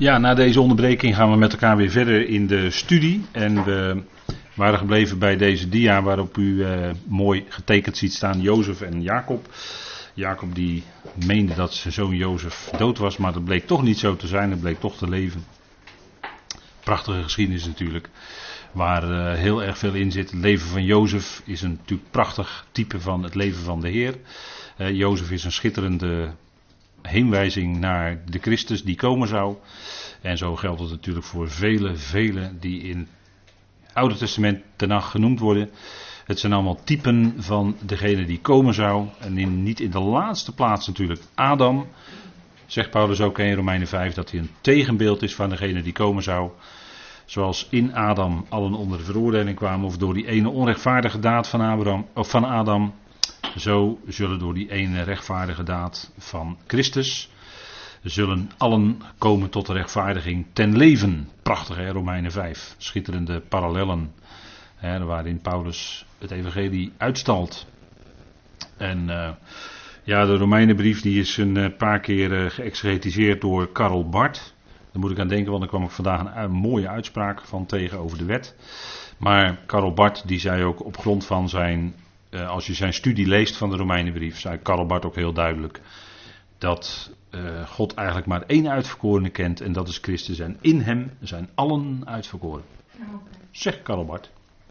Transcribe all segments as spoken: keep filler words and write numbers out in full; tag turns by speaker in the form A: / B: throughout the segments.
A: Ja, na deze onderbreking gaan we met elkaar weer verder in de studie. En we waren gebleven bij deze dia waarop u uh, mooi getekend ziet staan Jozef en Jacob. Jacob die meende dat zijn zoon Jozef dood was, maar dat bleek toch niet zo te zijn. Het bleek toch te leven. Prachtige geschiedenis natuurlijk, waar uh, heel erg veel in zit. Het leven van Jozef is een natuurlijk prachtig type van het leven van de Heer. Uh, Jozef is een schitterende heenwijzing naar de Christus die komen zou. En zo geldt het natuurlijk voor vele, vele die in het Oude Testament Tenach genoemd worden. Het zijn allemaal typen van degene die komen zou. En in, niet in de laatste plaats natuurlijk Adam. Zegt Paulus ook in Romeinen vijf dat hij een tegenbeeld is van degene die komen zou. Zoals in Adam allen onder de veroordeling kwamen, of door die ene onrechtvaardige daad van, Abraham, of van Adam. Zo zullen door die ene rechtvaardige daad van Christus, zullen allen komen tot de rechtvaardiging ten leven. Prachtig hè, Romeinen vijf. Schitterende parallellen. Hè, waarin Paulus het evangelie uitstalt. En uh, ja, de Romeinenbrief die is een uh, paar keer uh, geëxegetiseerd door Karl Barth. Daar moet ik aan denken, want daar kwam ik vandaag een, een mooie uitspraak van tegen over de wet. Maar Karl Barth die zei ook op grond van zijn, uh, als je zijn studie leest van de Romeinenbrief, zei Karl Barth ook heel duidelijk dat uh, God eigenlijk maar één uitverkorene kent en dat is Christus. En in hem zijn allen uitverkoren. Zegt Karl Barth.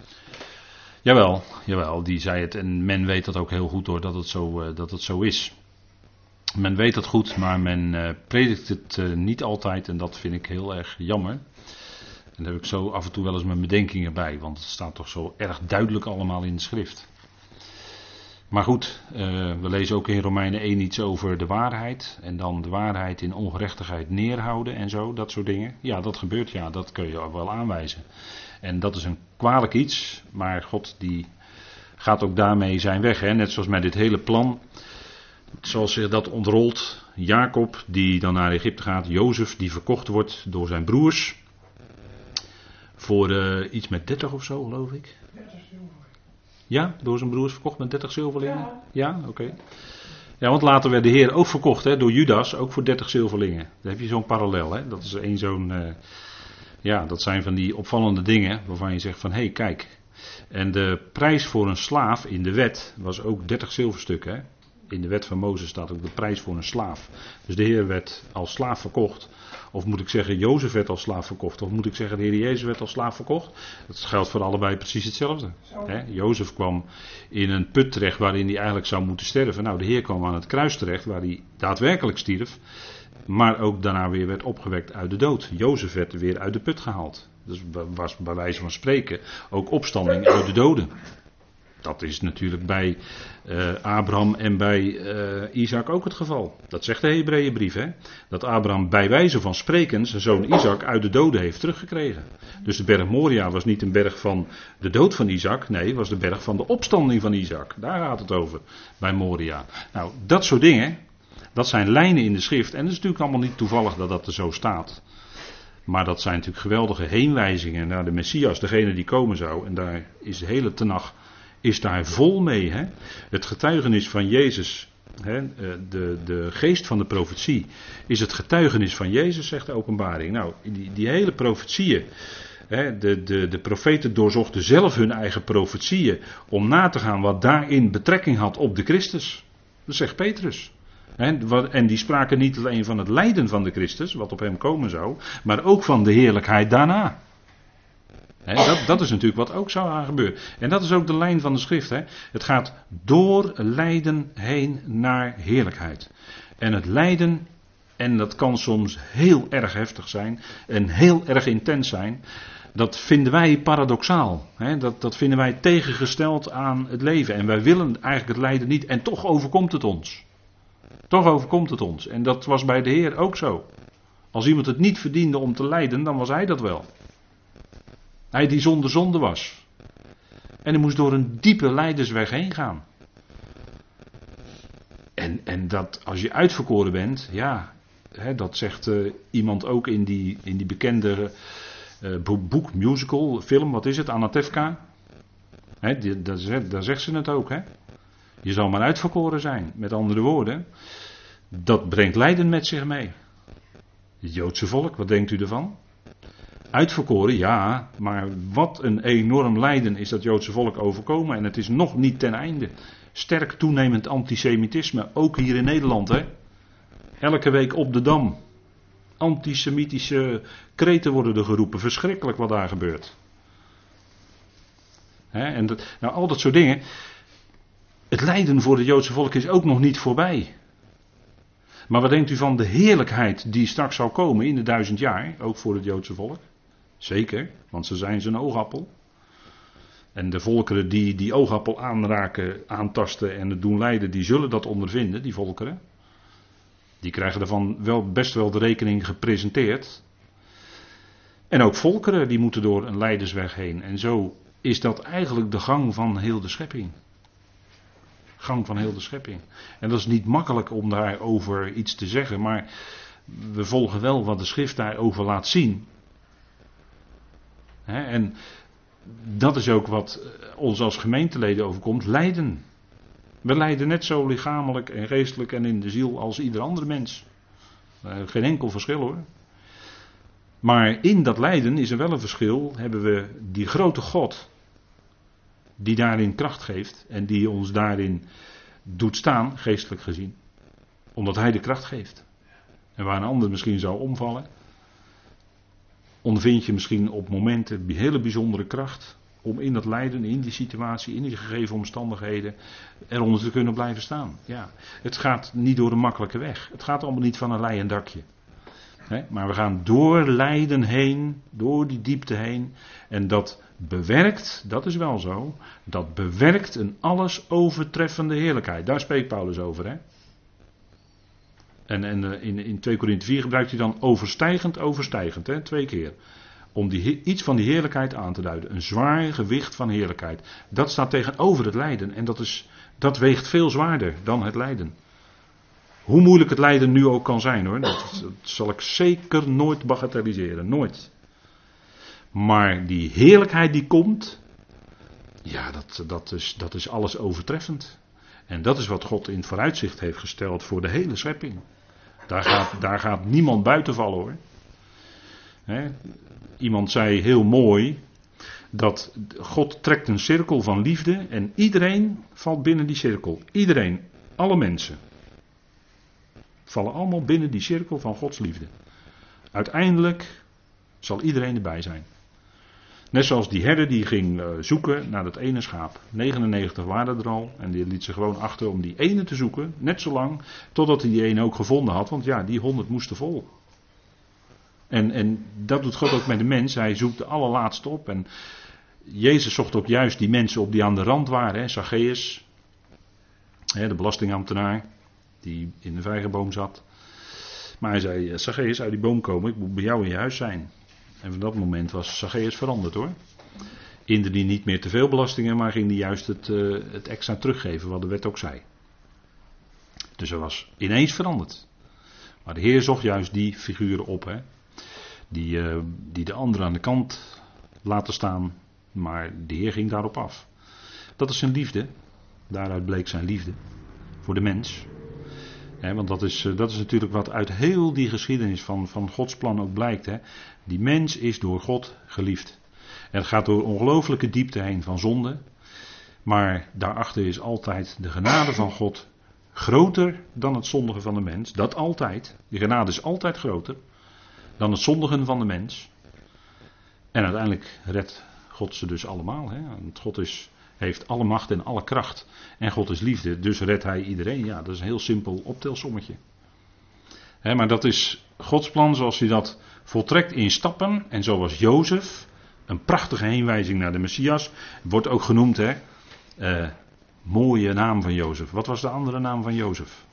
A: Jawel, jawel, die zei het en men weet dat ook heel goed hoor, dat het zo, uh, dat het zo is. Men weet het goed, maar men uh, predikt het uh, niet altijd en dat vind ik heel erg jammer. En daar heb ik zo af en toe wel eens mijn bedenkingen bij, want het staat toch zo erg duidelijk allemaal in de schrift. Maar goed, uh, we lezen ook in Romeinen één iets over de waarheid en dan de waarheid in ongerechtigheid neerhouden en zo, dat soort dingen. Ja, dat gebeurt, ja, dat kun je wel aanwijzen. En dat is een kwalijk iets, maar God die gaat ook daarmee zijn weg, hè? Net zoals met dit hele plan. Zoals zich dat ontrolt, Jacob die dan naar Egypte gaat, Jozef die verkocht wordt door zijn broers. Voor uh, iets met dertig of zo geloof ik. dertig zilver. Ja, door zijn broers verkocht met dertig zilverlingen? Ja, ja oké. Okay. Ja, want later werd de Heer ook verkocht hè, door Judas, ook voor dertig zilverlingen. Daar heb je zo'n parallel, hè. Dat is één zo'n, uh, ja, dat zijn van die opvallende dingen waarvan je zegt van, hé hey, kijk. En de prijs voor een slaaf in de wet was ook dertig zilverstukken, hè. In de wet van Mozes staat ook de prijs voor een slaaf. Dus de Heer werd als slaaf verkocht. Of moet ik zeggen, Jozef werd als slaaf verkocht. Of moet ik zeggen, de Heer Jezus werd als slaaf verkocht. Dat geldt voor allebei precies hetzelfde. He, Jozef kwam in een put terecht waarin hij eigenlijk zou moeten sterven. Nou, de Heer kwam aan het kruis terecht waar hij daadwerkelijk stierf. Maar ook daarna weer werd opgewekt uit de dood. Jozef werd weer uit de put gehaald. Dus was bij wijze van spreken ook opstanding uit de doden. Dat is natuurlijk bij uh, Abraham en bij uh, Isaac ook het geval. Dat zegt de Hebreeënbrief, hè? Dat Abraham bij wijze van spreken zijn zoon Isaac uit de doden heeft teruggekregen. Dus de berg Moria was niet een berg van de dood van Isaac. Nee, het was de berg van de opstanding van Isaac. Daar gaat het over, bij Moria. Nou, dat soort dingen, dat zijn lijnen in de schrift. En het is natuurlijk allemaal niet toevallig dat dat er zo staat. Maar dat zijn natuurlijk geweldige heenwijzingen naar de Messias, degene die komen zou. En daar is de hele Tenach is daar vol mee. Hè? Het getuigenis van Jezus, hè? De, de geest van de profetie, is het getuigenis van Jezus, zegt de openbaring. Nou, die, die hele profetieën, hè? De, de, de profeten doorzochten zelf hun eigen profetieën om na te gaan wat daarin betrekking had op de Christus. Dat zegt Petrus. En die spraken niet alleen van het lijden van de Christus, wat op hem komen zou, maar ook van de heerlijkheid daarna. He, dat, dat is natuurlijk wat ook zou gaan gebeuren. En dat is ook de lijn van de schrift. He. Het gaat door lijden heen naar heerlijkheid. En het lijden, en dat kan soms heel erg heftig zijn en heel erg intens zijn, dat vinden wij paradoxaal. He. Dat, dat vinden wij tegengesteld aan het leven. En wij willen eigenlijk het lijden niet en toch overkomt het ons. Toch overkomt het ons. En dat was bij de Heer ook zo. Als iemand het niet verdiende om te lijden, dan was hij dat wel. Hij die zonder zonde was. En hij moest door een diepe lijdensweg heen gaan. En, en dat als je uitverkoren bent, ja, hè, dat zegt uh, iemand ook in die, in die bekende uh, boek, musical, film, wat is het, Anatevka. Hè, die, daar, zegt, daar zegt ze het ook, hè. Je zal maar uitverkoren zijn, met andere woorden. Dat brengt lijden met zich mee. Het Joodse volk, wat denkt u ervan? Uitverkoren, ja, maar wat een enorm lijden is dat Joodse volk overkomen. En het is nog niet ten einde. Sterk toenemend antisemitisme, ook hier in Nederland, hè. Elke week op de Dam. Antisemitische kreten worden er geroepen. Verschrikkelijk wat daar gebeurt. Hè, en dat, nou, al dat soort dingen. Het lijden voor het Joodse volk is ook nog niet voorbij. Maar wat denkt u van de heerlijkheid die straks zal komen in de duizend jaar, ook voor het Joodse volk? Zeker, want ze zijn zijn oogappel. En de volkeren die die oogappel aanraken, aantasten en het doen lijden, die zullen dat ondervinden, die volkeren. Die krijgen daarvan wel, best wel de rekening gepresenteerd. En ook volkeren, die moeten door een lijdensweg heen. En zo is dat eigenlijk de gang van heel de schepping. Gang van heel de schepping. En dat is niet makkelijk om daarover iets te zeggen, maar we volgen wel wat de schrift daarover laat zien. He, en dat is ook wat ons als gemeenteleden overkomt, lijden. We lijden net zo lichamelijk en geestelijk en in de ziel als ieder andere mens. Geen enkel verschil hoor. Maar in dat lijden is er wel een verschil. Hebben we die grote God die daarin kracht geeft en die ons daarin doet staan, geestelijk gezien. Omdat hij de kracht geeft. En waar een ander misschien zou omvallen, ondervind je misschien op momenten hele bijzondere kracht om in dat lijden, in die situatie, in die gegeven omstandigheden eronder te kunnen blijven staan. Ja, het gaat niet door een makkelijke weg. Het gaat allemaal niet van een leien dakje. He, maar we gaan door lijden heen, door die diepte heen. En dat bewerkt, dat is wel zo, dat bewerkt een alles overtreffende heerlijkheid. Daar spreekt Paulus over. Hè? En, en in, in twee Korinthe vier gebruikt hij dan overstijgend, overstijgend, hè? Twee keer. Om die, iets van die heerlijkheid aan te duiden. Een zwaar gewicht van heerlijkheid. Dat staat tegenover het lijden. En dat, is, dat weegt veel zwaarder dan het lijden. Hoe moeilijk het lijden nu ook kan zijn hoor. Dat, dat zal ik zeker nooit bagatelliseren. Nooit. Maar die heerlijkheid die komt. Ja, dat, dat, is, dat is alles overtreffend. En dat is wat God in vooruitzicht heeft gesteld voor de hele schepping. Daar gaat, daar gaat niemand buiten vallen hoor. He, iemand zei heel mooi dat God trekt een cirkel van liefde en iedereen valt binnen die cirkel. Iedereen, alle mensen vallen allemaal binnen die cirkel van Gods liefde. Uiteindelijk zal iedereen erbij zijn. Net zoals die herder die ging zoeken naar dat ene schaap. negenennegentig waren er al en die liet ze gewoon achter om die ene te zoeken. Net zo lang totdat hij die ene ook gevonden had, want ja, die honderd moesten vol. En, en dat doet God ook met de mens. Hij zoekt de allerlaatste op. En Jezus zocht ook juist die mensen op die aan de rand waren. Hè. Zacchaeus, hè, de belastingambtenaar, die in de vijgenboom zat. Maar hij zei, Zacchaeus, uit die boom komen, ik moet bij jou in je huis zijn. En van dat moment was Zacchaeus veranderd hoor. Inde die niet meer te veel belastingen, maar ging die juist het, uh, het extra teruggeven, wat de wet ook zei. Dus hij was ineens veranderd. Maar de Heer zocht juist die figuren op, hè. Die, uh, die de anderen aan de kant laten staan, maar de Heer ging daarop af. Dat is zijn liefde. Daaruit bleek zijn liefde voor de mens. He, want dat is, uh, dat is natuurlijk wat uit heel die geschiedenis van, van Gods plan ook blijkt. Hè. Die mens is door God geliefd. En het gaat door ongelooflijke diepte heen van zonde. Maar daarachter is altijd de genade van God groter dan het zondigen van de mens. Dat altijd. Die genade is altijd groter dan het zondigen van de mens. En uiteindelijk redt God ze dus allemaal. Hè? Want God is, heeft alle macht en alle kracht. En God is liefde, dus redt hij iedereen. Ja, dat is een heel simpel optelsommetje. Hè, maar dat is Gods plan zoals hij dat voltrekt in stappen. En zoals Jozef, een prachtige heenwijzing naar de Messias. Wordt ook genoemd, hè. Uh, mooie naam van Jozef. Wat was de andere naam van Jozef?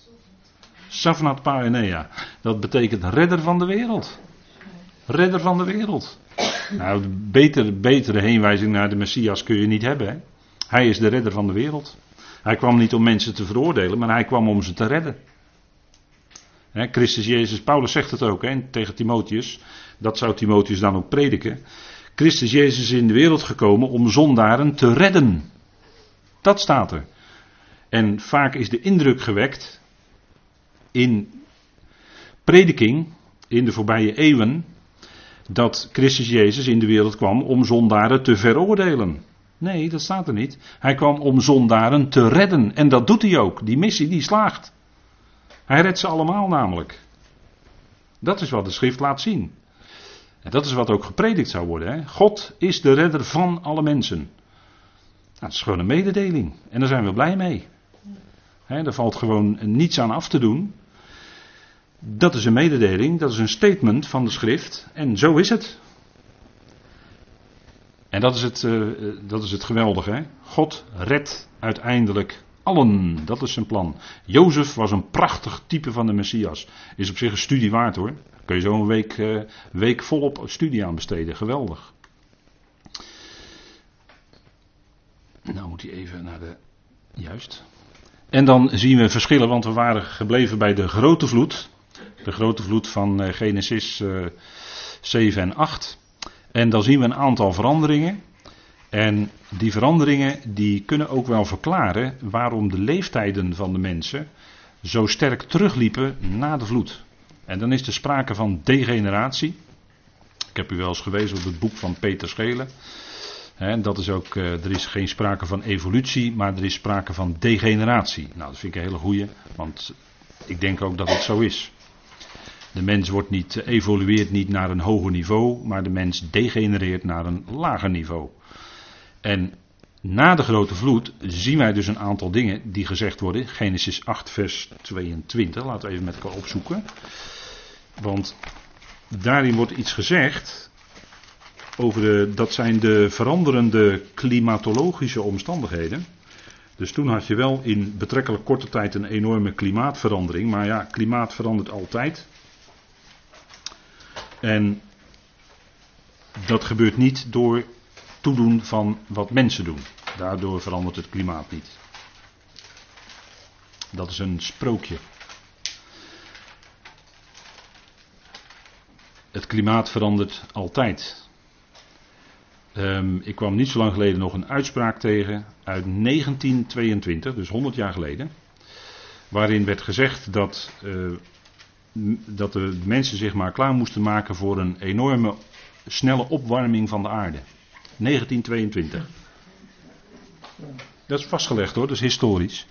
A: Safnat Paenea. Dat betekent redder van de wereld. Redder van de wereld. Nou, beter, betere heenwijzing naar de Messias kun je niet hebben. Hè? Hij is de redder van de wereld. Hij kwam niet om mensen te veroordelen, maar hij kwam om ze te redden. Hè, Christus Jezus, Paulus zegt het ook hè, tegen Timotheus. Dat zou Timotheus dan ook prediken. Christus Jezus is in de wereld gekomen om zondaren te redden. Dat staat er. En vaak is de indruk gewekt in prediking in de voorbije eeuwen dat Christus Jezus in de wereld kwam om zondaren te veroordelen. Nee, dat staat er niet. Hij kwam om zondaren te redden. En dat doet hij ook. Die missie die slaagt. Hij redt ze allemaal namelijk. Dat is wat de schrift laat zien. En dat is wat ook gepredikt zou worden. Hè? God is de redder van alle mensen. Nou, dat is gewoon een mededeling. En daar zijn we blij mee. Hè, daar valt gewoon niets aan af te doen. Dat is een mededeling. Dat is een statement van de schrift. En zo is het. En dat is het, uh, dat is het geweldige. Hè? God redt uiteindelijk allen. Dat is zijn plan. Jozef was een prachtig type van de Messias. Is op zich een studie waard hoor. Daar kun je zo een week, uh, week volop studie aan besteden. Geweldig. Nou moet hij even naar de... Juist. En dan zien we verschillen, want we waren gebleven bij de grote vloed. De grote vloed van uh, Genesis uh, zeven en acht. En dan zien we een aantal veranderingen. En die veranderingen die kunnen ook wel verklaren waarom de leeftijden van de mensen zo sterk terugliepen na de vloed. En dan is er sprake van degeneratie. Ik heb u wel eens gewezen op het boek van Peter Schelen. He, dat is ook, uh, er is geen sprake van evolutie, maar er is sprake van degeneratie. Nou, dat vind ik een hele goeie, want ik denk ook dat het zo is. De mens wordt niet, evolueert niet naar een hoger niveau, maar de mens degenereert naar een lager niveau. En na de grote vloed zien wij dus een aantal dingen die gezegd worden. Genesis acht vers tweeëntwintig, laten we even met elkaar opzoeken. Want daarin wordt iets gezegd over de, dat zijn de veranderende klimatologische omstandigheden. Dus toen had je wel in betrekkelijk korte tijd een enorme klimaatverandering. Maar ja, klimaat verandert altijd. En dat gebeurt niet door toedoen van wat mensen doen. Daardoor verandert het klimaat niet. Dat is een sprookje. Het klimaat verandert altijd. Um, ik kwam niet zo lang geleden nog een uitspraak tegen uit negentien tweeëntwintig, dus honderd jaar geleden. Waarin werd gezegd dat, uh, dat de mensen zich maar klaar moesten maken voor een enorme snelle opwarming van de aarde. negentien tweeëntwintig. Dat is vastgelegd hoor, dat is historisch.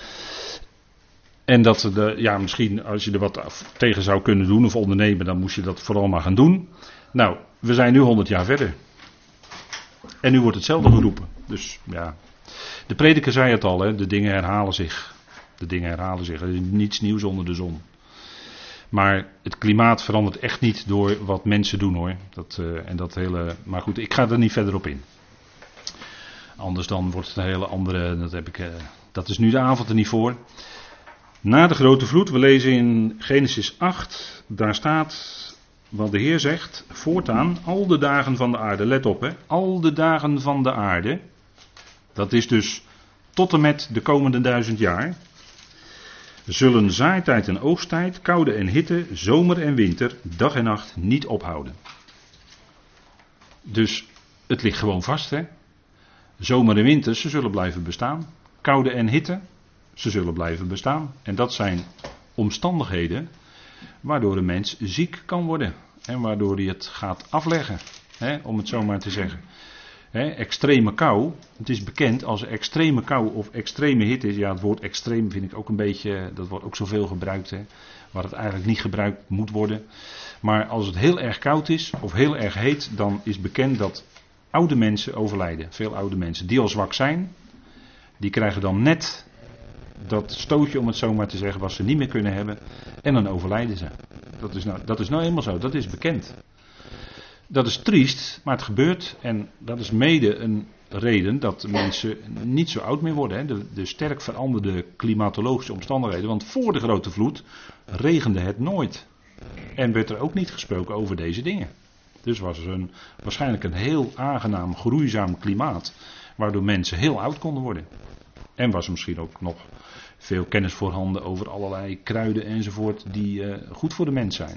A: En dat de, ja, misschien als je er wat tegen zou kunnen doen of ondernemen, dan moest je dat vooral maar gaan doen. Nou, we zijn nu honderd jaar verder. En nu wordt hetzelfde geroepen. Dus ja, de prediker zei het al, hè, de dingen herhalen zich. De dingen herhalen zich. Er is niets nieuws onder de zon. Maar het klimaat verandert echt niet door wat mensen doen hoor. Dat, uh, en dat hele, maar goed, ik ga er niet verder op in. Anders dan wordt het een hele andere, dat, heb ik, uh, dat is nu de avond er niet voor. Na de grote vloed, we lezen in Genesis acht, daar staat wat de Heer zegt, voortaan al de dagen van de aarde, let op hè, al de dagen van de aarde, dat is dus tot en met de komende duizend jaar, zullen zaaitijd en oogsttijd, koude en hitte, zomer en winter, dag en nacht niet ophouden. Dus het ligt gewoon vast hè, zomer en winter, ze zullen blijven bestaan, koude en hitte, ze zullen blijven bestaan. En dat zijn omstandigheden waardoor een mens ziek kan worden. En waardoor hij het gaat afleggen. Hè, om het zo maar te zeggen. Hè, extreme kou. Het is bekend als er extreme kou of extreme hitte is. Ja, het woord extreem vind ik ook een beetje. Dat wordt ook zoveel gebruikt. Hè, waar het eigenlijk niet gebruikt moet worden. Maar als het heel erg koud is of heel erg heet. Dan is bekend dat oude mensen overlijden. Veel oude mensen die al zwak zijn. Die krijgen dan net dat stootje, om het zo maar te zeggen, wat ze niet meer kunnen hebben. En dan overlijden ze. Dat is nou, dat is nou eenmaal zo, dat is bekend. Dat is triest, maar het gebeurt. En dat is mede een reden dat mensen niet zo oud meer worden. Hè. De, de sterk veranderde klimatologische omstandigheden. Want voor de grote vloed regende het nooit. En werd er ook niet gesproken over deze dingen. Dus was er een, waarschijnlijk een heel aangenaam, groeizaam klimaat. Waardoor mensen heel oud konden worden. En was er misschien ook nog veel kennis voorhanden over allerlei kruiden enzovoort die uh, goed voor de mens zijn.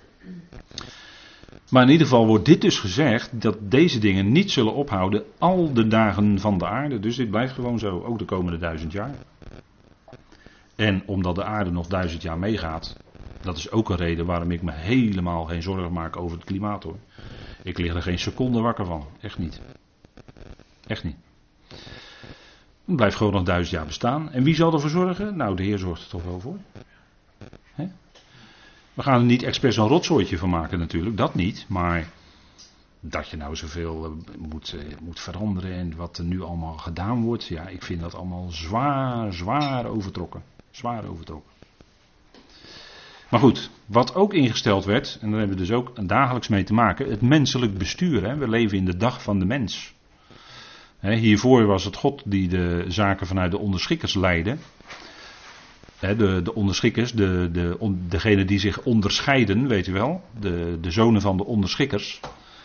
A: Maar in ieder geval wordt dit dus gezegd dat deze dingen niet zullen ophouden al de dagen van de aarde. Dus dit blijft gewoon zo, ook de komende duizend jaar. En omdat de aarde nog duizend jaar meegaat, Dat is ook een reden waarom ik me helemaal geen zorgen maak over het klimaat hoor. Ik lig er geen seconde wakker van. Echt niet. Echt niet. Het blijft gewoon nog duizend jaar bestaan. En wie zal ervoor zorgen? Nou, de Heer zorgt er toch wel voor. He? We gaan er niet expres een rotzooitje van maken natuurlijk. Dat niet. Maar dat je nou zoveel moet, moet veranderen en wat er nu allemaal gedaan wordt. Ja, ik vind dat allemaal zwaar, zwaar overtrokken. Zwaar overtrokken. Maar goed, wat ook ingesteld werd, en daar hebben we dus ook dagelijks mee te maken, het menselijk bestuur. Hè. We leven in de dag van de mens. Hè, hiervoor was het God die de zaken vanuit de onderschikkers leidde. Hè, de, de onderschikkers, de, de, on, degene die zich onderscheiden, weet u wel, de, de zonen van de onderschikkers.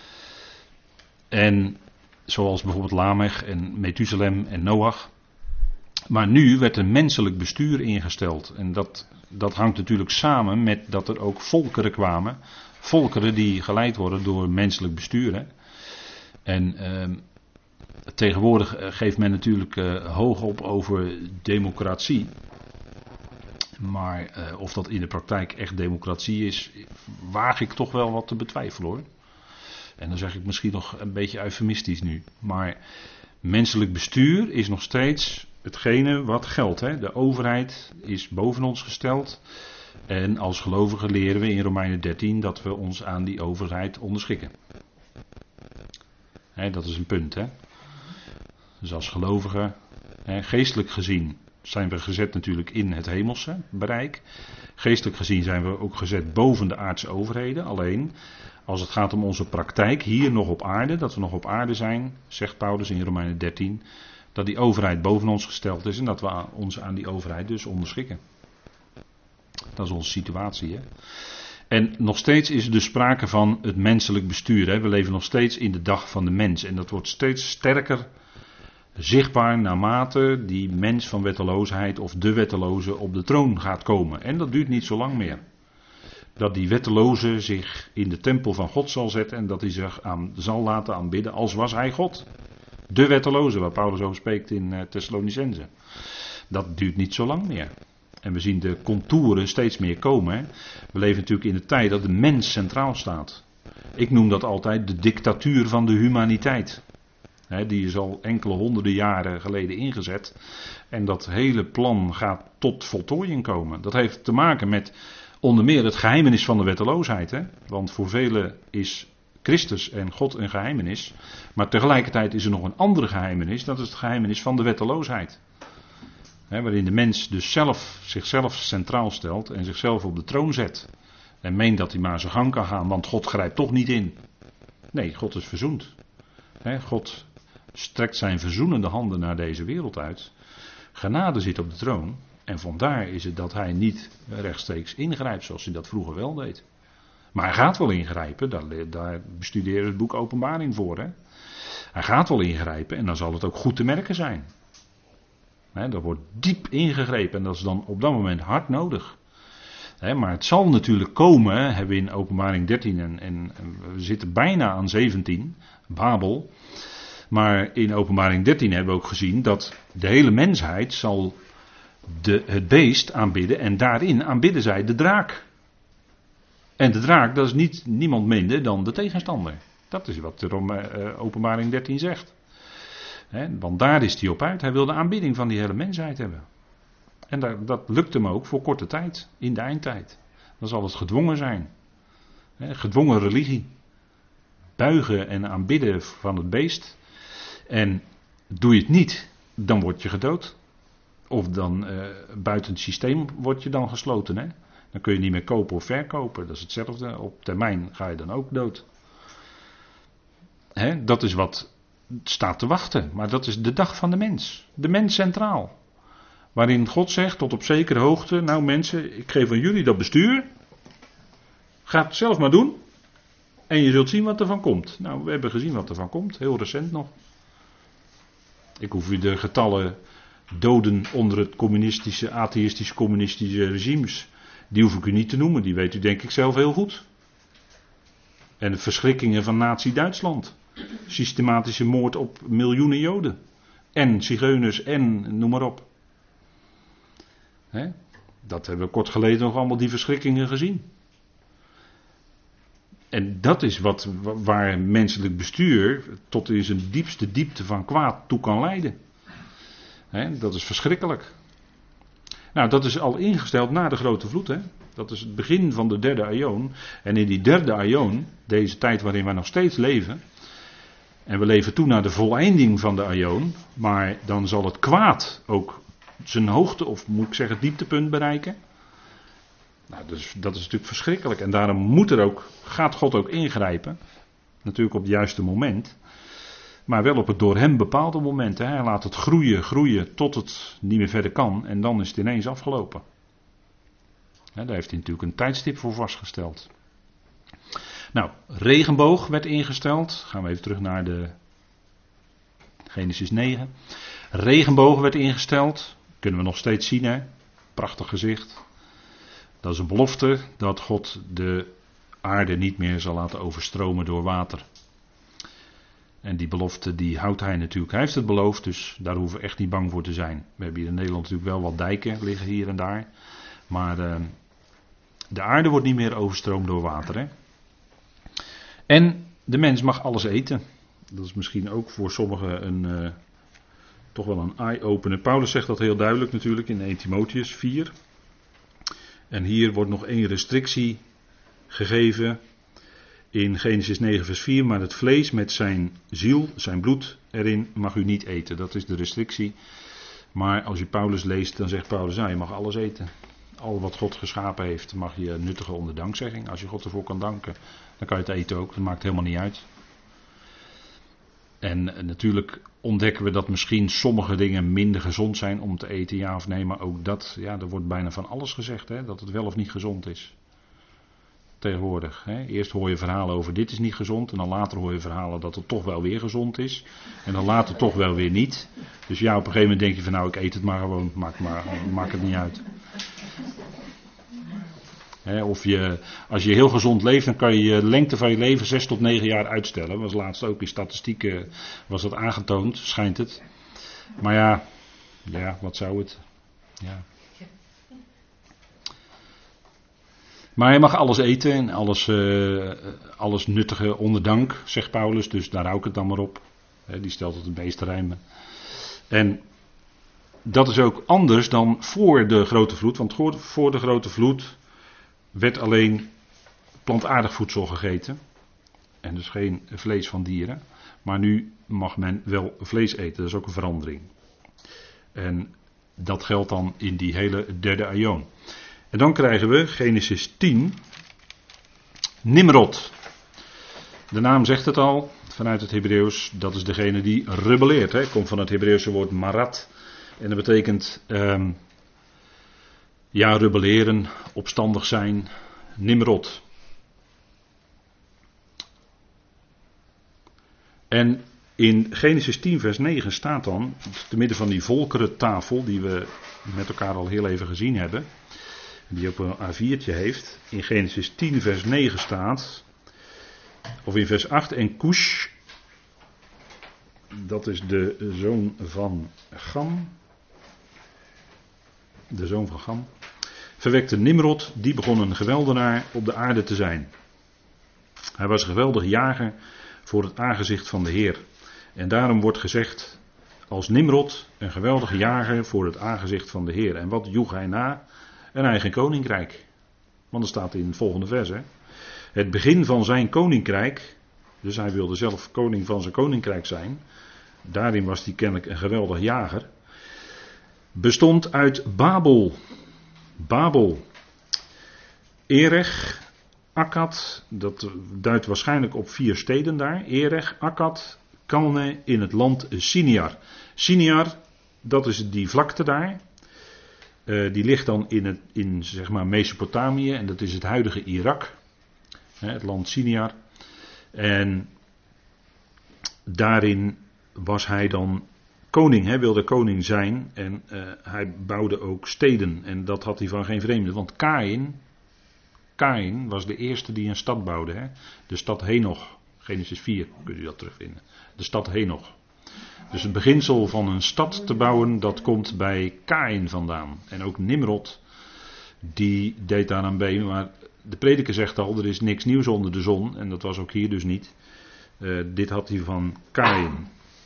A: En zoals bijvoorbeeld Lamech en Methuselem en Noach. Maar nu werd een menselijk bestuur ingesteld. En dat, dat hangt natuurlijk samen met dat er ook volkeren kwamen. Volkeren die geleid worden door menselijk bestuur. Hè. En eh, tegenwoordig geeft men natuurlijk eh, hoog op over democratie. Maar eh, of dat in de praktijk echt democratie is, waag ik toch wel wat te betwijfelen hoor. En dan zeg ik misschien nog een beetje eufemistisch nu. Maar menselijk bestuur is nog steeds hetgene wat geldt. Hè? De overheid is boven ons gesteld. En als gelovigen leren we in Romeinen dertien dat we ons aan die overheid onderschikken. Hè, dat is een punt. Hè? Dus als gelovigen, hè, geestelijk gezien, zijn we gezet natuurlijk in het hemelse bereik. Geestelijk gezien zijn we ook gezet boven de aardse overheden. Alleen, als het gaat om onze praktijk hier nog op aarde, dat we nog op aarde zijn, zegt Paulus in Romeinen dertien, dat die overheid boven ons gesteld is en dat we ons aan die overheid dus onderschikken. Dat is onze situatie. Hè? En nog steeds is er dus sprake van het menselijk bestuur. Hè? We leven nog steeds in de dag van de mens. En dat wordt steeds sterker zichtbaar naarmate die mens van wetteloosheid of de wetteloze op de troon gaat komen. En dat duurt niet zo lang meer. Dat die wetteloze zich in de tempel van God zal zetten en dat hij zich aan, zal laten aanbidden als was hij God. De wetteloze, waar Paulus over spreekt in uh, Thessalonicense. Dat duurt niet zo lang meer. En we zien de contouren steeds meer komen. Hè. We leven natuurlijk in de tijd dat de mens centraal staat. Ik noem dat altijd de dictatuur van de humaniteit. Hè, die is al enkele honderden jaren geleden ingezet. En dat hele plan gaat tot voltooiing komen. Dat heeft te maken met onder meer het geheimenis van de wetteloosheid. Hè. Want voor velen is Christus en God een geheimenis. Maar tegelijkertijd is er nog een andere geheimenis. Dat is het geheimenis van de wetteloosheid. He, waarin de mens dus zelf zichzelf centraal stelt en zichzelf op de troon zet. En meent dat hij maar zijn gang kan gaan, want God grijpt toch niet in. Nee, God is verzoend. He, God strekt zijn verzoenende handen naar deze wereld uit. Genade zit op de troon. En vandaar is het dat hij niet rechtstreeks ingrijpt zoals hij dat vroeger wel deed. Maar hij gaat wel ingrijpen, daar, daar bestuderen we het boek Openbaring voor. Hè? Hij gaat wel ingrijpen en dan zal het ook goed te merken zijn. He, er wordt diep ingegrepen en dat is dan op dat moment hard nodig. He, maar het zal natuurlijk komen, hè, hebben we in Openbaring dertien en, en we zitten bijna aan zeventien, Babel. Maar in Openbaring dertien hebben we ook gezien dat de hele mensheid zal de, het beest aanbidden en daarin aanbidden zij de draak. En de draak, dat is niet, niemand minder dan de tegenstander. Dat is wat de uh, Openbaring dertien zegt. He, want daar is hij op uit. Hij wil de aanbidding van die hele mensheid hebben. En dat, dat lukt hem ook voor korte tijd, in de eindtijd. Dan zal het gedwongen zijn. He, gedwongen religie. Buigen en aanbidden van het beest. En doe je het niet, dan word je gedood. Of dan uh, buiten het systeem word je dan gesloten. Hè? Dan kun je niet meer kopen of verkopen. Dat is hetzelfde. Op termijn ga je dan ook dood. He, dat is wat staat te wachten. Maar dat is de dag van de mens. De mens centraal. Waarin God zegt tot op zekere hoogte. Nou mensen, ik geef aan jullie dat bestuur. Ga het zelf maar doen. En je zult zien wat er van komt. Nou, we hebben gezien wat er van komt. Heel recent nog. Ik hoef u de getallen doden onder het communistische, atheïstisch communistische regimes. Die hoef ik u niet te noemen. Die weet u denk ik zelf heel goed. En de verschrikkingen van Nazi-Duitsland. Systematische moord op miljoenen Joden. En zigeuners en noem maar op. He? Dat hebben we kort geleden nog allemaal die verschrikkingen gezien. En dat is wat, waar menselijk bestuur tot in zijn diepste diepte van kwaad toe kan leiden. He, dat is verschrikkelijk. Nou, dat is al ingesteld na de grote vloed. Hè? Dat is het begin van de derde aion. En in die derde aion, deze tijd waarin wij nog steeds leven. En we leven toe naar de voleinding van de aion. Maar dan zal het kwaad ook zijn hoogte, of moet ik zeggen dieptepunt bereiken. Nou, dus, dat is natuurlijk verschrikkelijk. En daarom moet er ook, gaat God ook ingrijpen. Natuurlijk op het juiste moment. Maar wel op het door hem bepaalde moment. Hè. Hij laat het groeien, groeien tot het niet meer verder kan. En dan is het ineens afgelopen. Hè, daar heeft hij natuurlijk een tijdstip voor vastgesteld. Nou, regenboog werd ingesteld. Gaan we even terug naar de Genesis negen. Regenboog werd ingesteld. Kunnen we nog steeds zien, hè. Prachtig gezicht. Dat is een belofte dat God de aarde niet meer zal laten overstromen door water. En die belofte die houdt hij natuurlijk. Hij heeft het beloofd, dus daar hoeven we echt niet bang voor te zijn. We hebben hier in Nederland natuurlijk wel wat dijken liggen hier en daar. Maar uh, de aarde wordt niet meer overstroomd door water. Hè? En de mens mag alles eten. Dat is misschien ook voor sommigen een, uh, toch wel een eye-opener. Paulus zegt dat heel duidelijk natuurlijk in Eerste Timotheüs vier. En hier wordt nog één restrictie gegeven in Genesis negen vers vier. Maar het vlees met zijn ziel, zijn bloed erin mag u niet eten. Dat is de restrictie. Maar als u Paulus leest, dan zegt Paulus, nou, je mag alles eten. Al wat God geschapen heeft, mag je nuttigen onder dankzegging. Als je God ervoor kan danken, dan kan je het eten ook. Dat maakt helemaal niet uit. En uh, natuurlijk ontdekken we dat misschien sommige dingen minder gezond zijn om te eten, ja of nee. Maar ook dat, ja, er wordt bijna van alles gezegd, hè, dat het wel of niet gezond is. Tegenwoordig. Hè. Eerst hoor je verhalen over dit is niet gezond. En dan later hoor je verhalen dat het toch wel weer gezond is. En dan later toch wel weer niet. Dus ja, op een gegeven moment denk je van nou, ik eet het maar gewoon. Maakt maar, maakt het niet uit. Hè, of je, als je heel gezond leeft, dan kan je je lengte van je leven zes tot negen jaar uitstellen. Dat was laatst ook in statistieken was dat aangetoond, schijnt het. Maar ja, ja, wat zou het? Ja. Maar je mag alles eten en alles, uh, alles nuttige onder dank, zegt Paulus. Dus daar hou ik het dan maar op. He, die stelt het het meeste rijmen. En dat is ook anders dan voor de grote vloed. Want voor de grote vloed werd alleen plantaardig voedsel gegeten. En dus geen vlees van dieren. Maar nu mag men wel vlees eten. Dat is ook een verandering. En dat geldt dan in die hele derde aion. En dan krijgen we Genesis tien, Nimrod. De naam zegt het al, vanuit het Hebreeuws, dat is degene die rebelleert. Hè. Komt van het Hebreeuwse woord marat. En dat betekent, um, ja, rebelleren, opstandig zijn, Nimrod. En in Genesis tien vers negen staat dan, te midden van die volkerentafel, die we met elkaar al heel even gezien hebben, die op een A viertje heeft, in Genesis tien vers negen staat, of in vers acht, en Cush, dat is de zoon van Gam, de zoon van Gam, verwekte Nimrod, die begon een geweldenaar op de aarde te zijn. Hij was een geweldig jager voor het aangezicht van de Heer. En daarom wordt gezegd, als Nimrod, een geweldige jager voor het aangezicht van de Heer. En wat joeg hij na? Een eigen koninkrijk. Want er staat in het volgende vers, hè? Het begin van zijn koninkrijk, dus hij wilde zelf koning van zijn koninkrijk zijn. Daarin was hij kennelijk een geweldig jager. Bestond uit Babel. Babel. Erech, Akkad, dat duidt waarschijnlijk op vier steden daar. Erech, Akkad, Kalne in het land Siniar. Siniar, dat is die vlakte daar. Uh, die ligt dan in, het, in zeg maar Mesopotamië en dat is het huidige Irak. Hè, het land Siniar. En daarin was hij dan koning, hij wilde koning zijn en uh, hij bouwde ook steden. En dat had hij van geen vreemde, want Kaïn, Kaïn was de eerste die een stad bouwde. Hè? De stad Henoch, Genesis vier kun je dat terugvinden. De stad Henoch. Dus het beginsel van een stad te bouwen, dat komt bij Kaïn vandaan. En ook Nimrod die deed daar aan mee. Maar de prediker zegt al, er is niks nieuws onder de zon. En dat was ook hier dus niet. Uh, dit had hij van Kaïn.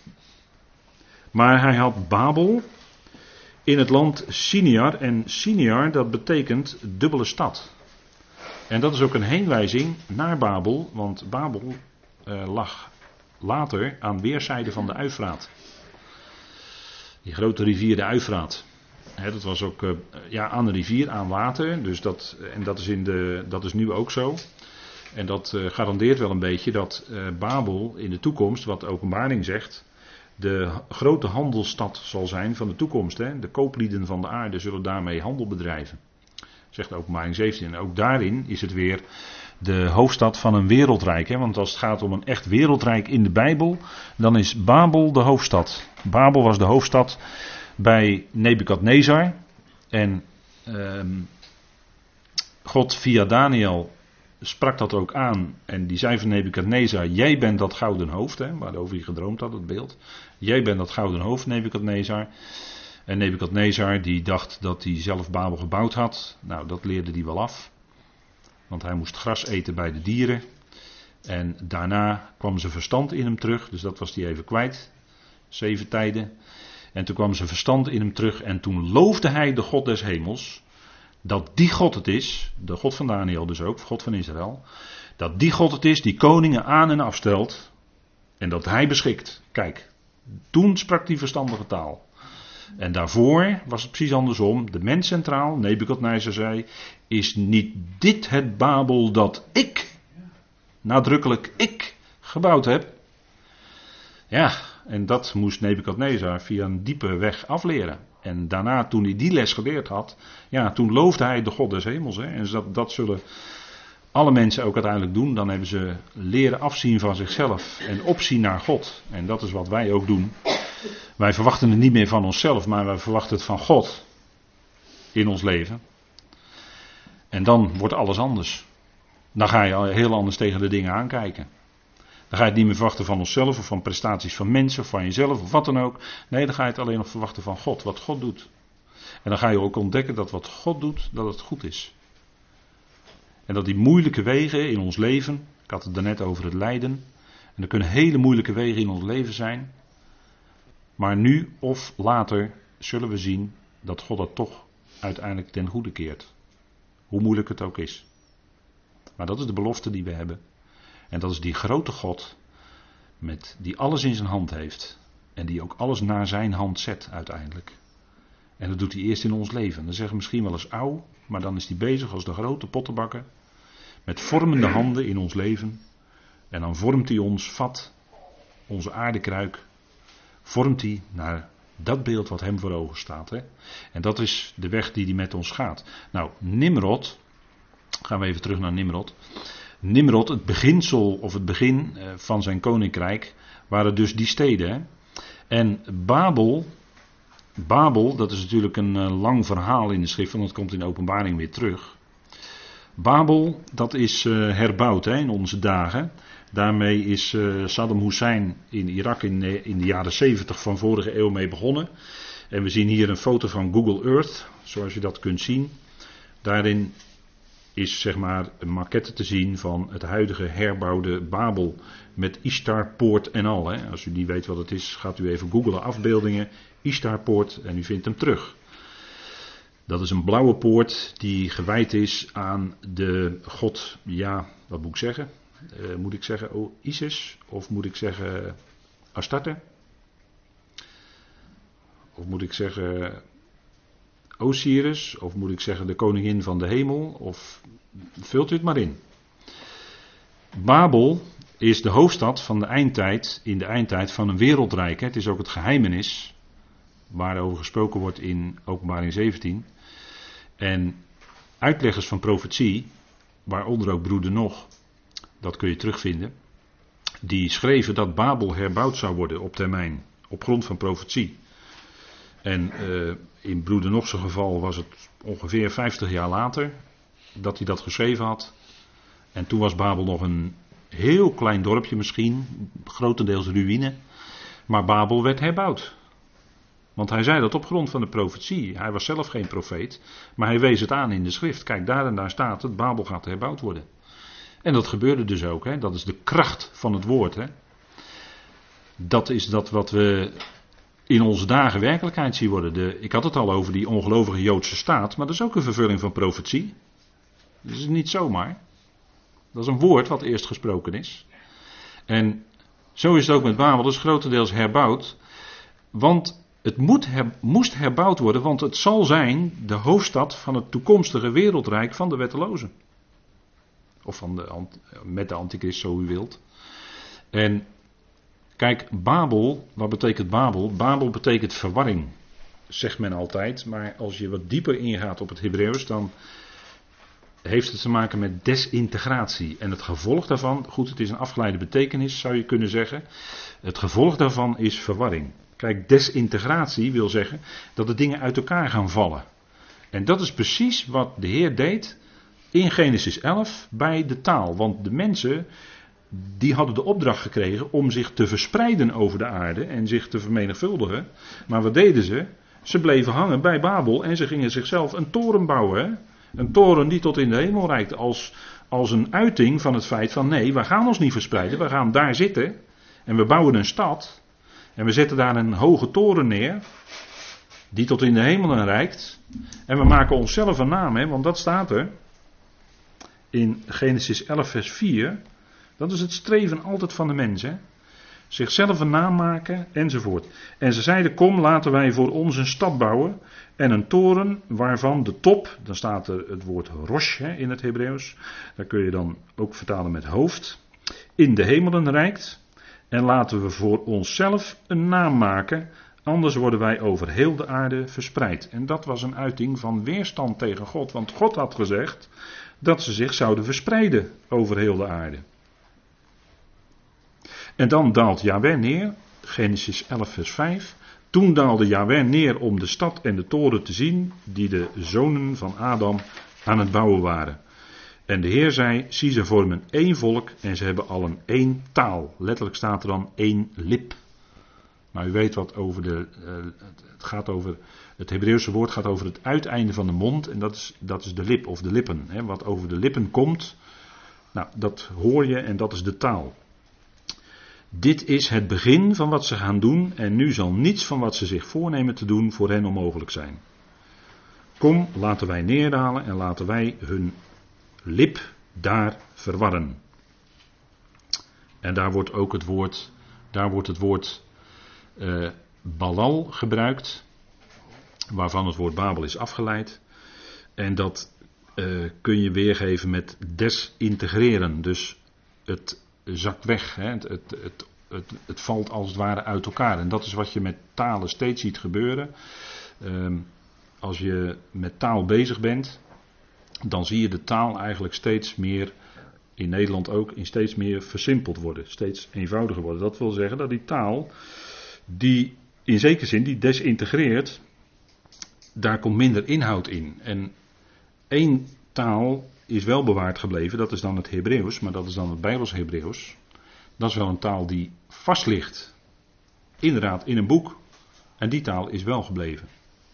A: Maar hij had Babel in het land Siniar. En Siniar, dat betekent dubbele stad. En dat is ook een heenwijzing naar Babel. Want Babel uh, lag later aan weerszijden van de Uifraat. Die grote rivier de Uifraat. He, dat was ook uh, ja, aan de rivier, aan water. Dus dat, en dat is, in de, dat is nu ook zo. En dat uh, garandeert wel een beetje dat uh, Babel in de toekomst, wat de Openbaring zegt, de grote handelsstad zal zijn van de toekomst. Hè. De kooplieden van de aarde zullen daarmee handel bedrijven. Zegt de Openbaring zeventien. En ook daarin is het weer de hoofdstad van een wereldrijk. Hè. Want als het gaat om een echt wereldrijk in de Bijbel, dan is Babel de hoofdstad. Babel was de hoofdstad bij Nebukadnezar. En um, God via Daniel sprak dat ook aan. En die zei van Nebukadnezar, jij bent dat gouden hoofd. Hè, waarover hij gedroomd had, het beeld. Jij bent dat gouden hoofd, Nebukadnezar. En Nebukadnezar die dacht dat hij zelf Babel gebouwd had. Nou, dat leerde hij wel af. Want hij moest gras eten bij de dieren. En daarna kwam zijn verstand in hem terug. Dus dat was hij even kwijt. Zeven tijden. En toen kwam zijn verstand in hem terug. En toen loofde hij de God des hemels. Dat die God het is. De God van Daniel dus ook. God van Israël. Dat die God het is die koningen aan en afstelt. En dat hij beschikt. Kijk. Toen sprak hij verstandige taal. En daarvoor was het precies andersom. De mens centraal, Nebukadnezar zei, is niet dit het Babel dat ik, nadrukkelijk ik, gebouwd heb? Ja, en dat moest Nebukadnezar via een diepe weg afleren. En daarna, toen hij die les geleerd had, ja, toen loofde hij de God des hemels. Hè. En dat, dat zullen alle mensen ook uiteindelijk doen. Dan hebben ze leren afzien van zichzelf en opzien naar God. En dat is wat wij ook doen. Wij verwachten het niet meer van onszelf, maar wij verwachten het van God in ons leven. En dan wordt alles anders. Dan ga je heel anders tegen de dingen aankijken. Dan ga je het niet meer verwachten van onszelf of van prestaties van mensen of van jezelf of wat dan ook. Nee, dan ga je het alleen nog verwachten van God, wat God doet. En dan ga je ook ontdekken dat wat God doet, dat het goed is. En dat die moeilijke wegen in ons leven, ik had het daarnet over het lijden. En er kunnen hele moeilijke wegen in ons leven zijn. Maar nu of later zullen we zien dat God dat toch uiteindelijk ten goede keert. Hoe moeilijk het ook is. Maar dat is de belofte die we hebben. En dat is die grote God met, die alles in zijn hand heeft. En die ook alles naar zijn hand zet uiteindelijk. En dat doet hij eerst in ons leven. Dan zeggen we misschien wel eens auw. Maar dan is hij bezig als de grote pottenbakker. Met vormende handen in ons leven. En dan vormt hij ons vat. Onze aardekruik. Vormt hij naar dat beeld wat hem voor ogen staat. Hè? En dat is de weg die hij met ons gaat. Nou, Nimrod. Gaan we even terug naar Nimrod. Nimrod, het beginsel of het begin van zijn koninkrijk. Waren dus die steden. Hè? En Babel. Babel, dat is natuurlijk een uh, lang verhaal in de schrift. Want dat komt in de Openbaring weer terug. Babel, dat is uh, herbouwd hè, in onze dagen. Daarmee is uh, Saddam Hussein in Irak in, in de jaren zeventig van vorige eeuw mee begonnen. En we zien hier een foto van Google Earth, zoals je dat kunt zien. Daarin is zeg maar een maquette te zien van het huidige herbouwde Babel. Met Ishtarpoort en al. Hè. Als u niet weet wat het is, gaat u even googlen afbeeldingen. Ishtarpoort en u vindt hem terug. Dat is een blauwe poort die gewijd is aan de god, ja, wat moet ik zeggen? Uh, moet ik zeggen oh, Isis? Of moet ik zeggen Astarte? Of moet ik zeggen Osiris? Of moet ik zeggen de koningin van de hemel? Of vult u het maar in. Babel is de hoofdstad van de eindtijd, in de eindtijd van een wereldrijk. Het is ook het geheimenis waarover gesproken wordt in Openbaring zeventien. En uitleggers van profetie, waaronder ook broeder Nog, dat kun je terugvinden, die schreven dat Babel herbouwd zou worden op termijn, op grond van profetie. En uh, in broeder Nog zijn geval was het ongeveer vijftig jaar later dat hij dat geschreven had. En toen was Babel nog een heel klein dorpje misschien, grotendeels ruïne, maar Babel werd herbouwd. Want hij zei dat op grond van de profetie. Hij was zelf geen profeet, maar hij wees het aan in de schrift. Kijk, daar en daar staat het, Babel gaat herbouwd worden. En dat gebeurde dus ook. Hè? Dat is de kracht van het woord. Hè? Dat is dat wat we in onze dagen werkelijkheid zien worden. De, ik had het al over die ongelovige Joodse staat, maar dat is ook een vervulling van profetie. Dat is niet zomaar. Dat is een woord wat eerst gesproken is. En zo is het ook met Babel, dat is grotendeels herbouwd. Want het moet her, moest herbouwd worden, want het zal zijn de hoofdstad van het toekomstige wereldrijk van de wettelozen. Of van de, met de antichrist, zo u wilt. En kijk, Babel, wat betekent Babel? Babel betekent verwarring, zegt men altijd. Maar als je wat dieper ingaat op het Hebreeuws, dan heeft het te maken met desintegratie. En het gevolg daarvan, goed, het is een afgeleide betekenis, zou je kunnen zeggen. Het gevolg daarvan is verwarring. Kijk, desintegratie wil zeggen dat de dingen uit elkaar gaan vallen. En dat is precies wat de Heer deed in Genesis elf bij de taal. Want de mensen, die hadden de opdracht gekregen om zich te verspreiden over de aarde en zich te vermenigvuldigen. Maar wat deden ze? Ze bleven hangen bij Babel en ze gingen zichzelf een toren bouwen. Hè? Een toren die tot in de hemel reikt. Als, als een uiting van het feit van nee, we gaan ons niet verspreiden. We gaan daar zitten en we bouwen een stad. En we zetten daar een hoge toren neer. Die tot in de hemelen reikt. En we maken onszelf een naam. Hè, want dat staat er. In Genesis elf vers vier. Dat is het streven altijd van de mens. Hè. Zichzelf een naam maken enzovoort. En ze zeiden, kom laten wij voor ons een stad bouwen. En een toren waarvan de top, dan staat er het woord rosh hè, in het Hebreeuws. Daar kun je dan ook vertalen met hoofd. In de hemelen reikt. En laten we voor onszelf een naam maken. Anders worden wij over heel de aarde verspreid. En dat was een uiting van weerstand tegen God. Want God had gezegd dat ze zich zouden verspreiden over heel de aarde. En dan daalt Jahweh neer. Genesis elf vers vijf. Toen daalde Jahweh neer om de stad en de toren te zien die de zonen van Adam aan het bouwen waren. En de Heer zei, zie ze vormen één volk en ze hebben allen één taal. Letterlijk staat er dan één lip. Maar u weet wat over de, uh, het gaat over, het Hebreeuwse woord gaat over het uiteinde van de mond en dat is, dat is de lip of de lippen. Hè. Wat over de lippen komt, nou dat hoor je en dat is de taal. Dit is het begin van wat ze gaan doen en nu zal niets van wat ze zich voornemen te doen voor hen onmogelijk zijn. Kom, laten wij neerdalen en laten wij hun lip daar verwarren. En daar wordt ook het woord, daar wordt het woord uh, Balal gebruikt, waarvan het woord Babel is afgeleid. En dat uh, kun je weergeven met desintegreren. Dus het zakt weg, hè? Het, het, het, het, het valt als het ware uit elkaar. En dat is wat je met talen steeds ziet gebeuren. Uh, als je met taal bezig bent, dan zie je de taal eigenlijk steeds meer, in Nederland ook, in steeds meer versimpeld worden. Steeds eenvoudiger worden. Dat wil zeggen dat die taal, die in zekere zin, die desintegreert, daar komt minder inhoud in. En één taal is wel bewaard gebleven, dat is dan het Hebreeuws, maar dat is dan het Bijbels Hebreeuws. Dat is wel een taal die vast ligt, inderdaad in een boek, en die taal is wel gebleven.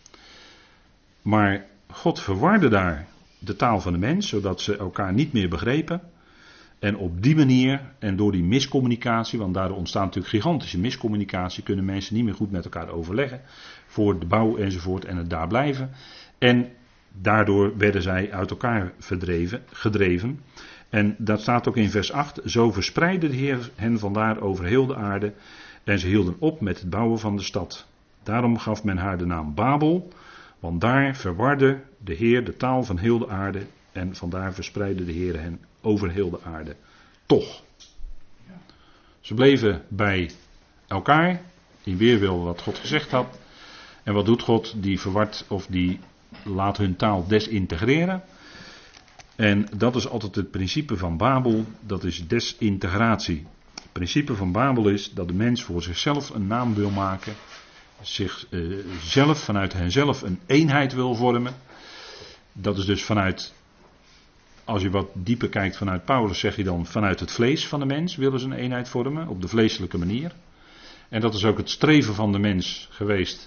A: Maar God verwarde daar de taal van de mens, zodat ze elkaar niet meer begrepen. En op die manier, en door die miscommunicatie, want daardoor ontstaat natuurlijk gigantische miscommunicatie, kunnen mensen niet meer goed met elkaar overleggen, voor de bouw enzovoort en het daar blijven. En daardoor werden zij uit elkaar verdreven, gedreven. En dat staat ook in vers acht, zo verspreidde de Heer hen vandaar over heel de aarde, en ze hielden op met het bouwen van de stad. Daarom gaf men haar de naam Babel, want daar verwarde de Heer de taal van heel de aarde en vandaar verspreidde de Heer hen over heel de aarde. Toch. Ze bleven bij elkaar, in weerwil wat God gezegd had. En wat doet God? Die verwart of die laat hun taal desintegreren. En dat is altijd het principe van Babel, dat is desintegratie. Het principe van Babel is dat de mens voor zichzelf een naam wil maken, zichzelf uh, vanuit henzelf een eenheid wil vormen. Dat is dus vanuit, als je wat dieper kijkt vanuit Paulus, zeg je dan vanuit het vlees van de mens willen ze een eenheid vormen, op de vleeselijke manier. En dat is ook het streven van de mens geweest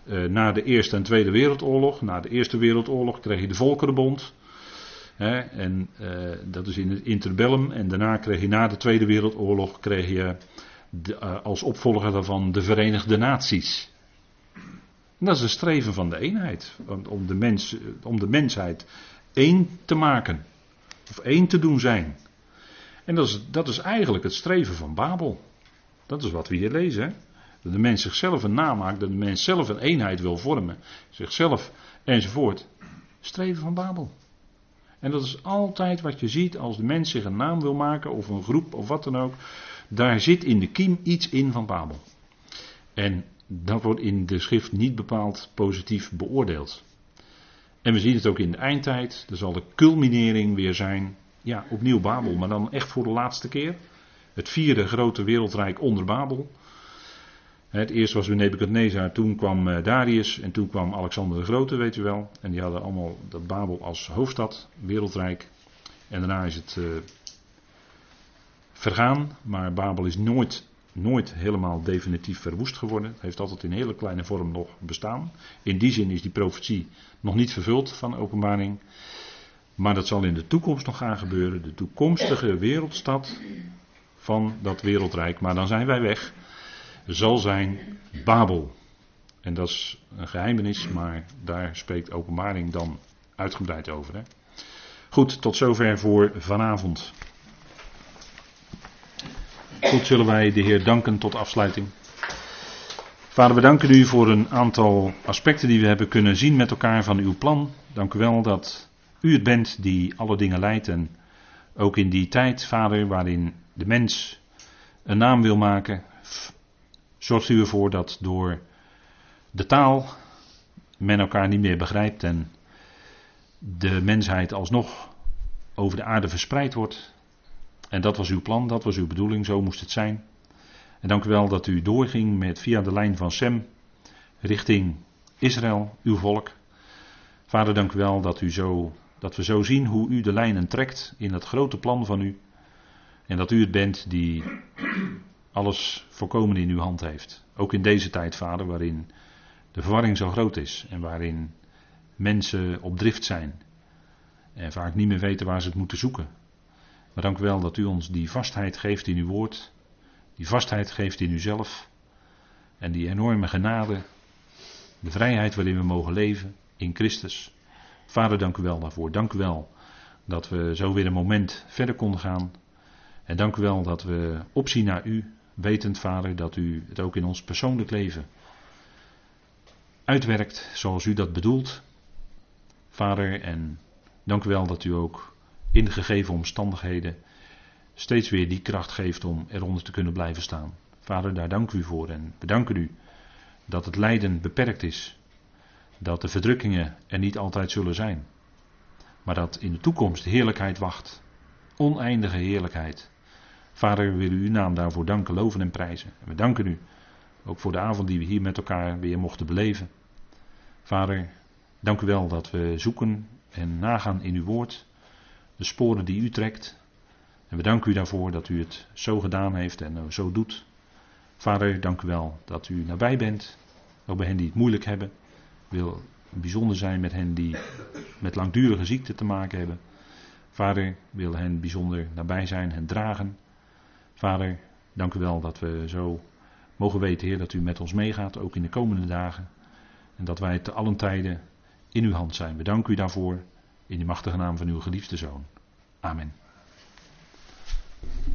A: uh, na de Eerste en Tweede Wereldoorlog. Na de Eerste Wereldoorlog kreeg je de Volkerenbond. Hè, en uh, dat is in het interbellum. En daarna kreeg je na de Tweede Wereldoorlog kreeg je de, uh, als opvolger daarvan de Verenigde Naties. En dat is een streven van de eenheid. Om de, mens, om de mensheid één te maken. Of één te doen zijn. En dat is, dat is eigenlijk het streven van Babel. Dat is wat we hier lezen. Hè? Dat de mens zichzelf een naam maakt. Dat de mens zelf een eenheid wil vormen. Zichzelf enzovoort. Streven van Babel. En dat is altijd wat je ziet als de mens zich een naam wil maken. Of een groep of wat dan ook. Daar zit in de kiem iets in van Babel. En dat wordt in de schrift niet bepaald positief beoordeeld. En we zien het ook in de eindtijd. Er zal de culminering weer zijn. Ja, opnieuw Babel. Maar dan echt voor de laatste keer. Het vierde grote wereldrijk onder Babel. Het eerste was weer Nebukadnezar, toen kwam Darius en toen kwam Alexander de Grote, weet u wel. En die hadden allemaal dat Babel als hoofdstad, wereldrijk. En daarna is het uh, vergaan, maar Babel is nooit, nooit helemaal definitief verwoest geworden. Het heeft altijd in hele kleine vorm nog bestaan. In die zin is die profetie nog niet vervuld van Openbaring. Maar dat zal in de toekomst nog gaan gebeuren. De toekomstige wereldstad van dat wereldrijk, maar dan zijn wij weg, zal zijn Babel. En dat is een geheimenis, maar daar spreekt Openbaring dan uitgebreid over. Hè? Goed, tot zover voor vanavond. Goed, zullen wij de Heer danken tot afsluiting. Vader, we danken u voor een aantal aspecten die we hebben kunnen zien met elkaar van uw plan. Dank u wel dat u het bent die alle dingen leidt. En ook in die tijd, Vader, waarin de mens een naam wil maken, zorgt u ervoor dat door de taal men elkaar niet meer begrijpt en de mensheid alsnog over de aarde verspreid wordt. En dat was uw plan, dat was uw bedoeling, zo moest het zijn. En dank u wel dat u doorging met via de lijn van Sem richting Israël, uw volk. Vader, dank u wel dat, u zo, dat we zo zien hoe u de lijnen trekt in het grote plan van u. En dat u het bent die alles volkomen in uw hand heeft. Ook in deze tijd, Vader, waarin de verwarring zo groot is. En waarin mensen op drift zijn. En vaak niet meer weten waar ze het moeten zoeken. Maar dank u wel dat u ons die vastheid geeft in uw woord. Die vastheid geeft in uzelf. En die enorme genade. De vrijheid waarin we mogen leven in Christus. Vader, dank u wel daarvoor. Dank u wel dat we zo weer een moment verder konden gaan. En dank u wel dat we opzien naar u. Wetend, Vader, dat u het ook in ons persoonlijk leven uitwerkt zoals u dat bedoelt. Vader, en dank u wel dat u ook in de gegeven omstandigheden steeds weer die kracht geeft om eronder te kunnen blijven staan. Vader, daar dank u voor en we danken u dat het lijden beperkt is. Dat de verdrukkingen er niet altijd zullen zijn. Maar dat in de toekomst heerlijkheid wacht. Oneindige heerlijkheid. Vader, we willen uw naam daarvoor danken, loven en prijzen. En we danken u ook voor de avond die we hier met elkaar weer mochten beleven. Vader, dank u wel dat we zoeken en nagaan in uw woord. De sporen die u trekt. En we danken u daarvoor dat u het zo gedaan heeft en zo doet. Vader, dank u wel dat u nabij bent. Ook bij hen die het moeilijk hebben. Wil bijzonder zijn met hen die met langdurige ziekte te maken hebben. Vader, wil hen bijzonder nabij zijn, hen dragen. Vader, dank u wel dat we zo mogen weten, Heer, dat u met ons meegaat, ook in de komende dagen. En dat wij te allen tijden in uw hand zijn. We danken u daarvoor in de machtige naam van uw geliefde Zoon. Amen.